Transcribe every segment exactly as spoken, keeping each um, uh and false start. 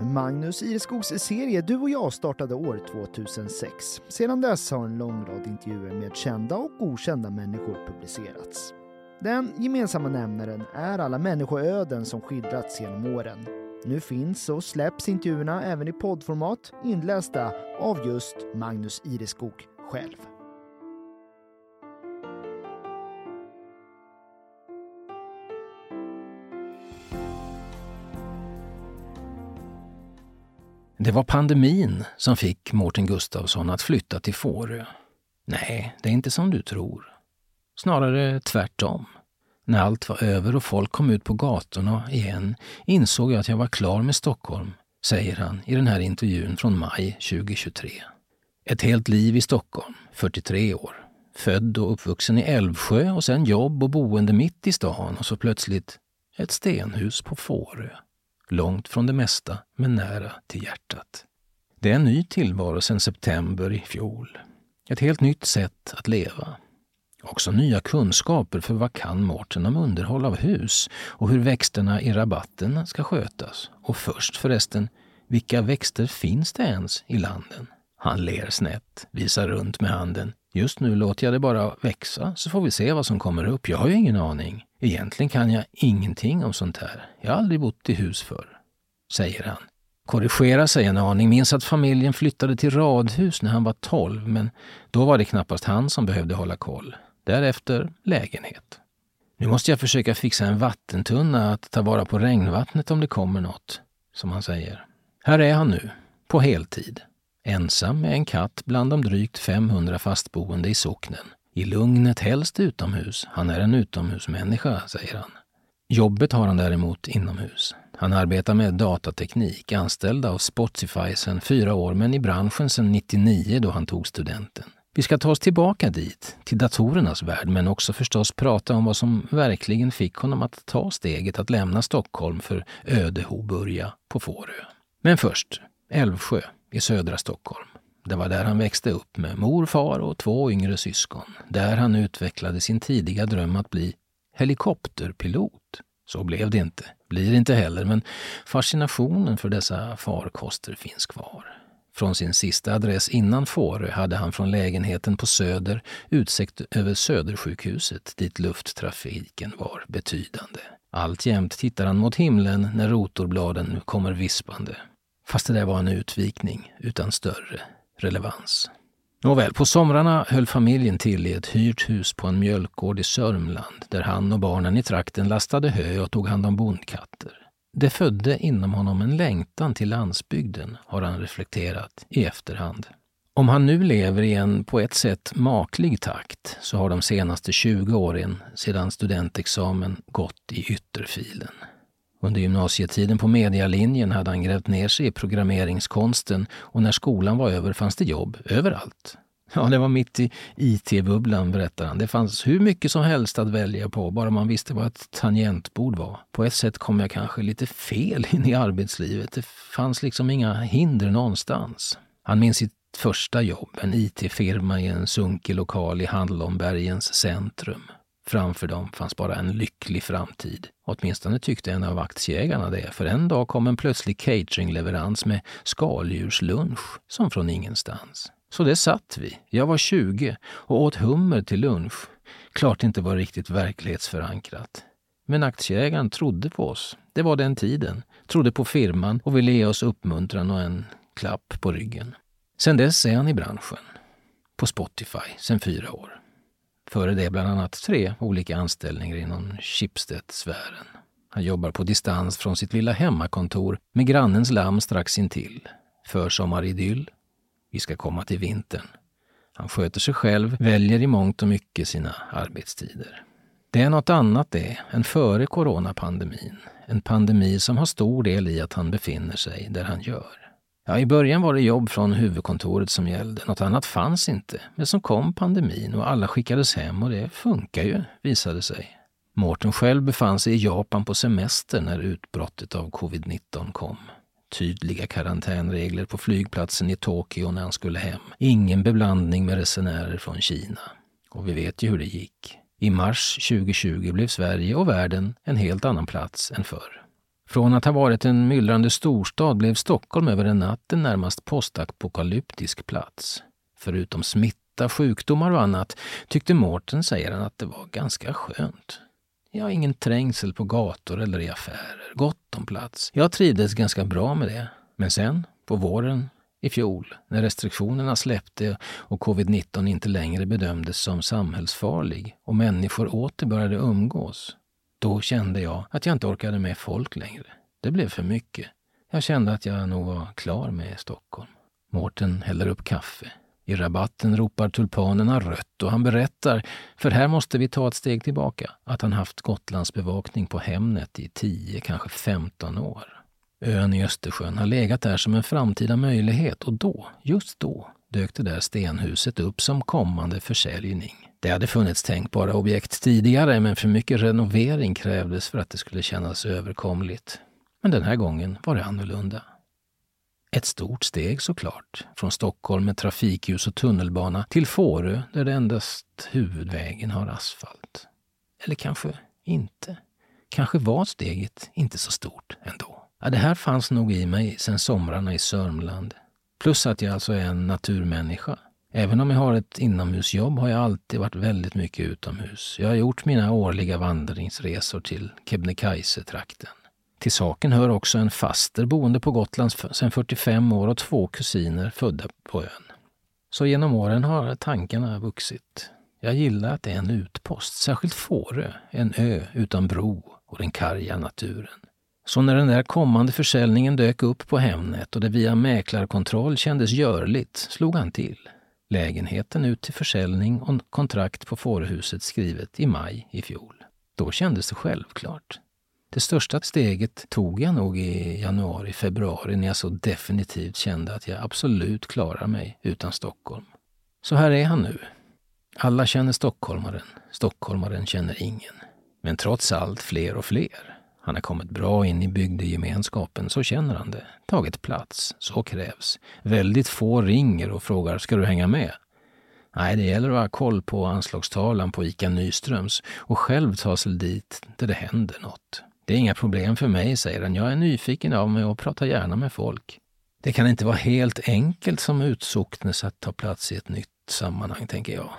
Magnus Ireskogs serie Du och jag startade år tjugohundrasex. Sedan dess har en lång rad intervjuer med kända och okända människor publicerats. Den gemensamma nämnaren är alla människoöden som skildrats genom åren. Nu finns och släpps intervjuerna även i poddformat inlästa av just Magnus Ireskog själv. Det var pandemin som fick Mårten Gustafsson att flytta till Fårö. Nej, det är inte som du tror. Snarare tvärtom. När allt var över och folk kom ut på gatorna igen insåg jag att jag var klar med Stockholm, säger han i den här intervjun från maj tjugohundratjugotre. Ett helt liv i Stockholm, fyrtiotre år. Född och uppvuxen i Älvsjö och sen jobb och boende mitt i stan och så plötsligt ett stenhus på Fårö. Långt från det mesta, men nära till hjärtat. Det är en ny tillvaro sedan september i fjol. Ett helt nytt sätt att leva. Också nya kunskaper för vad kan Mårten om underhåll av hus och hur växterna i rabatten ska skötas. Och först förresten, vilka växter finns det ens i landen? Han ler snett, visar runt med handen. Just nu låter jag det bara växa så får vi se vad som kommer upp. Jag har ju ingen aning. Egentligen kan jag ingenting om sånt här. Jag har aldrig bott i hus förr, säger han. Korrigera sig en aning, minns att familjen flyttade till radhus när han var tolv, men då var det knappast han som behövde hålla koll. Därefter lägenhet. Nu måste jag försöka fixa en vattentunna att ta vara på regnvattnet om det kommer något, som han säger. Här är han nu, på heltid. Ensam med en katt bland de drygt femhundra fastboende i socknen. I lugnet helst utomhus. Han är en utomhusmänniska, säger han. Jobbet har han däremot inomhus. Han arbetar med datateknik, anställd av Spotify sedan fyra år men i branschen sedan nittionio då han tog studenten. Vi ska ta oss tillbaka dit, till datorernas värld, men också förstås prata om vad som verkligen fick honom att ta steget att lämna Stockholm för Ödehoburga på Fårö. Men först, Älvsjö i södra Stockholm. Det var där han växte upp med mor, far och två yngre syskon. Där han utvecklade sin tidiga dröm att bli helikopterpilot. Så blev det inte, blir inte heller, men fascinationen för dessa farkoster finns kvar. Från sin sista adress innan Fårö hade han från lägenheten på Söder utsikt över Södersjukhuset dit lufttrafiken var betydande. Alltjämt tittar han mot himlen när rotorbladen kommer vispande. Fast det där var en utvikning utan större relevans. Nåväl, på somrarna höll familjen till i ett hyrt hus på en mjölkgård i Sörmland där han och barnen i trakten lastade hö och tog hand om bondkatter. Det födde inom honom en längtan till landsbygden, har han reflekterat i efterhand. Om han nu lever i en på ett sätt maklig takt så har de senaste tjugo åren sedan studentexamen gått i ytterfilen. Under gymnasietiden på medialinjen hade han grävt ner sig i programmeringskonsten och när skolan var över fanns det jobb överallt. Ja, det var mitt i I T-bubblan, berättar han. Det fanns hur mycket som helst att välja på, bara man visste vad ett tangentbord var. På ett sätt kom jag kanske lite fel in i arbetslivet. Det fanns liksom inga hinder någonstans. Han minns sitt första jobb, en I T-firma i en sunkig lokal i Hallonbergens centrum. Framför dem fanns bara en lycklig framtid. Åtminstone tyckte en av aktieägarna det, för en dag kom en plötslig cateringleverans med skaldjurslunch som från ingenstans. Så det satt vi. Jag var tjugo och åt hummer till lunch. Klart inte var riktigt verklighetsförankrat. Men aktieägaren trodde på oss. Det var den tiden. Trodde på firman och ville ge oss uppmuntran och en klapp på ryggen. Sen dess är han i branschen. På Spotify sen fyra år. Före det bland annat tre olika anställningar inom Schibsted-sfären. Han jobbar på distans från sitt lilla hemmakontor med grannens lamm strax intill. Förssommaridyll. Vi ska komma till vintern. Han sköter sig själv, väljer i mångt och mycket sina arbetstider. Det är något annat det än före coronapandemin. En pandemi som har stor del i att han befinner sig där han gör. Ja, i början var det jobb från huvudkontoret som gällde. Något annat fanns inte. Men så kom pandemin och alla skickades hem och det funkar ju, visade sig. Mårten själv befann sig i Japan på semester när utbrottet av covid nitton kom. Tydliga karantänregler på flygplatsen i Tokyo när han skulle hem. Ingen beblandning med resenärer från Kina. Och vi vet ju hur det gick. I mars tjugohundratjugo blev Sverige och världen en helt annan plats än förr. Från att ha varit en myllrande storstad blev Stockholm över en natt en närmast postapokalyptisk plats. Förutom smitta, sjukdomar och annat tyckte Mårten, säger han, att det var ganska skönt. Jag har ingen trängsel på gator eller i affärer, gott om plats. Jag trivdes ganska bra med det. Men sen, på våren i fjol, när restriktionerna släppte och covid nitton inte längre bedömdes som samhällsfarlig och människor åter började umgås, då kände jag att jag inte orkade med folk längre. Det blev för mycket. Jag kände att jag nog var klar med Stockholm. Mårten häller upp kaffe. I rabatten ropar tulpanerna rött och han berättar, för här måste vi ta ett steg tillbaka, att han haft Gotlands bevakning på Hemnet i tio, kanske femton år. Ön i Östersjön har legat där som en framtida möjlighet och då, just då, dök det där stenhuset upp som kommande försäljning. Det hade funnits tänkbara objekt tidigare, men för mycket renovering krävdes för att det skulle kännas överkomligt. Men den här gången var det annorlunda. Ett stort steg såklart, från Stockholm med trafikljus och tunnelbana till Fårö där det endast huvudvägen har asfalt. Eller kanske inte. Kanske var steget inte så stort ändå. Ja, det här fanns nog i mig sedan somrarna i Sörmland. Plus att jag alltså är en naturmänniska. Även om jag har ett inomhusjobb har jag alltid varit väldigt mycket utomhus. Jag har gjort mina årliga vandringsresor till Kebnekaise-trakten. Till saken hör också en faster boende på Gotland sedan fyrtiofem år och två kusiner födda på ön. Så genom åren har tankarna vuxit. Jag gillar att det är en utpost, särskilt Fårö, en ö utan bro och den karga naturen. Så när den där kommande försäljningen dök upp på Hemnet och det via mäklarkontroll kändes görligt, slog han till. Lägenheten ut till försäljning och kontrakt på Fåröhuset skrivet i maj i fjol. Då kändes det självklart. Det största steget tog jag nog i januari, februari när jag så definitivt kände att jag absolut klarar mig utan Stockholm. Så här är han nu. Alla känner stockholmaren, stockholmaren känner ingen. Men trots allt fler och fler. Han har kommit bra in i bygdegemenskapen, så känner han det. Tagit plats, så krävs. Väldigt få ringer och frågar, ska du hänga med? Nej, det gäller att ha koll på anslagstavlan på Ica Nyströms och själv ta sig dit där det händer något. Det är inga problem för mig, säger han. Jag är nyfiken av mig och pratar gärna med folk. Det kan inte vara helt enkelt som utsocknes att ta plats i ett nytt sammanhang, tänker jag.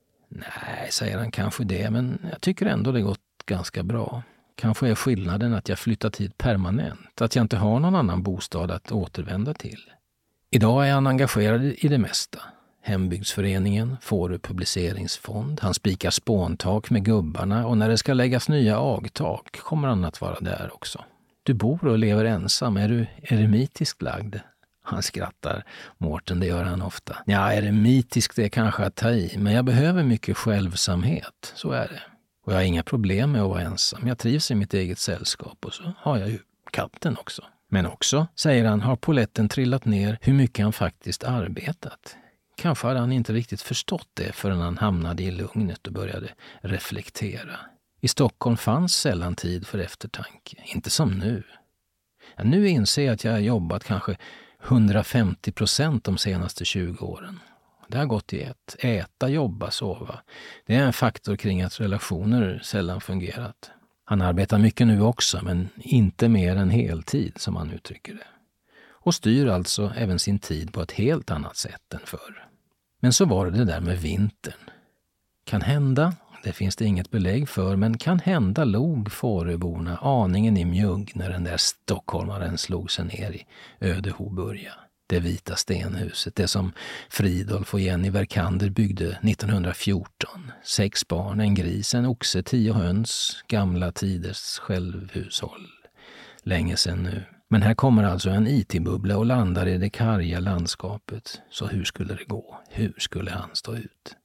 Nej, säger han, kanske det, men jag tycker ändå det gått ganska bra. Kanske är skillnaden att jag flyttat hit permanent, att jag inte har någon annan bostad att återvända till. Idag är han engagerad i det mesta. Hembygdsföreningen, Fårö publiceringsfond, han spikar spåntak med gubbarna och när det ska läggas nya agtak kommer han att vara där också. Du bor och lever ensam, är du eremitiskt lagd? Han skrattar. Mårten, det gör han ofta. Ja, eremitisk det är kanske att ta i, men jag behöver mycket självsamhet, så är det. Och jag har inga problem med att vara ensam. Jag trivs i mitt eget sällskap och så har jag ju katten också. Men också, säger han, har poletten trillat ner hur mycket han faktiskt arbetat. Kanske hade han inte riktigt förstått det förrän han hamnade i lugnet och började reflektera. I Stockholm fanns sällan tid för eftertanke, inte som nu. Ja, nu inser jag att jag har jobbat kanske hundrafemtio procent de senaste tjugo åren. Det har gått i ett. Äta, jobba, sova. Det är en faktor kring att relationer sällan fungerat. Han arbetar mycket nu också, men inte mer än heltid som han uttrycker det. Och styr alltså även sin tid på ett helt annat sätt än förr. Men så var det det där med vintern. Kan hända, det finns det inget belägg för, men kan hända log Fåröborna aningen i mjugg när den där stockholmaren slog sig ner i Ödehoburga. Det vita stenhuset, det som Fridolf och Jenny Verkander byggde nittonhundrafjorton. Sex barn, en gris, en oxe, tio höns, gamla tiders självhushåll. Länge sedan nu. Men här kommer alltså en I T-bubbla och landar i det karga landskapet. Så hur skulle det gå? Hur skulle han stå ut?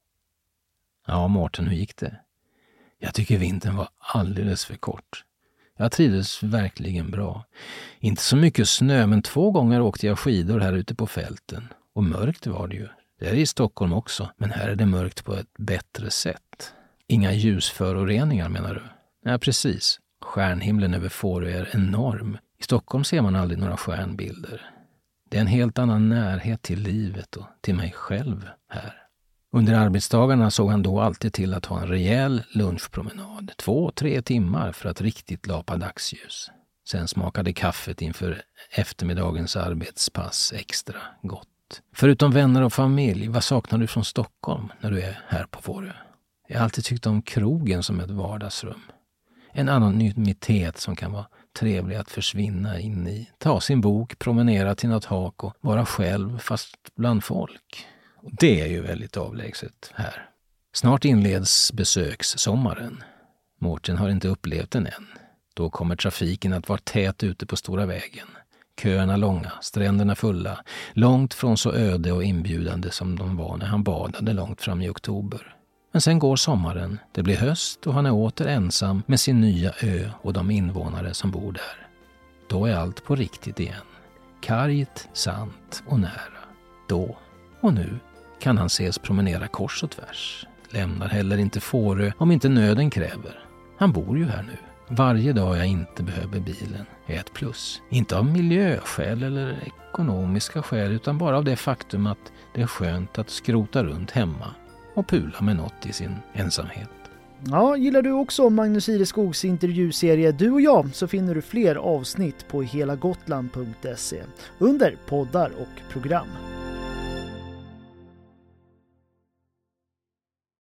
Ja, Mårten, hur gick det? Jag tycker vintern var alldeles för kort. Jag trivdes verkligen bra. Inte så mycket snö, men två gånger åkte jag skidor här ute på fälten. Och mörkt var det ju. Det är i Stockholm också, men här är det mörkt på ett bättre sätt. Inga ljusföroreningar, menar du? Ja, precis. Stjärnhimlen över Fårö är enorm. I Stockholm ser man aldrig några stjärnbilder. Det är en helt annan närhet till livet och till mig själv här. Under arbetsdagarna såg han då alltid till att ha en rejäl lunchpromenad. Två, tre timmar för att riktigt lapa dagsljus. Sen smakade kaffet inför eftermiddagens arbetspass extra gott. Förutom vänner och familj, vad saknar du från Stockholm när du är här på Fårö? Jag har alltid tyckt om krogen som ett vardagsrum. En anonymitet som kan vara trevlig att försvinna in i. Ta sin bok, promenera till något hak och vara själv fast bland folk. Och det är ju väldigt avlägset här. Snart inleds besökssommaren. Mårten har inte upplevt den än. Då kommer trafiken att vara tät ute på stora vägen. Köerna långa, stränderna fulla. Långt från så öde och inbjudande som de var när han badade långt fram i oktober. Men sen går sommaren, det blir höst och han är åter ensam med sin nya ö och de invånare som bor där. Då är allt på riktigt igen. Kargt, sant och nära. Då och nu kan han ses promenera kors och tvärs. Lämnar heller inte Fårö om inte nöden kräver. Han bor ju här nu. Varje dag jag inte behöver bilen är ett plus. Inte av miljöskäl eller ekonomiska skäl utan bara av det faktum att det är skönt att skrota runt hemma och pula med något i sin ensamhet. Ja, gillar du också Magnus Ireskogs intervjuserie Du och jag så finner du fler avsnitt på helagotland punkt se under poddar och program.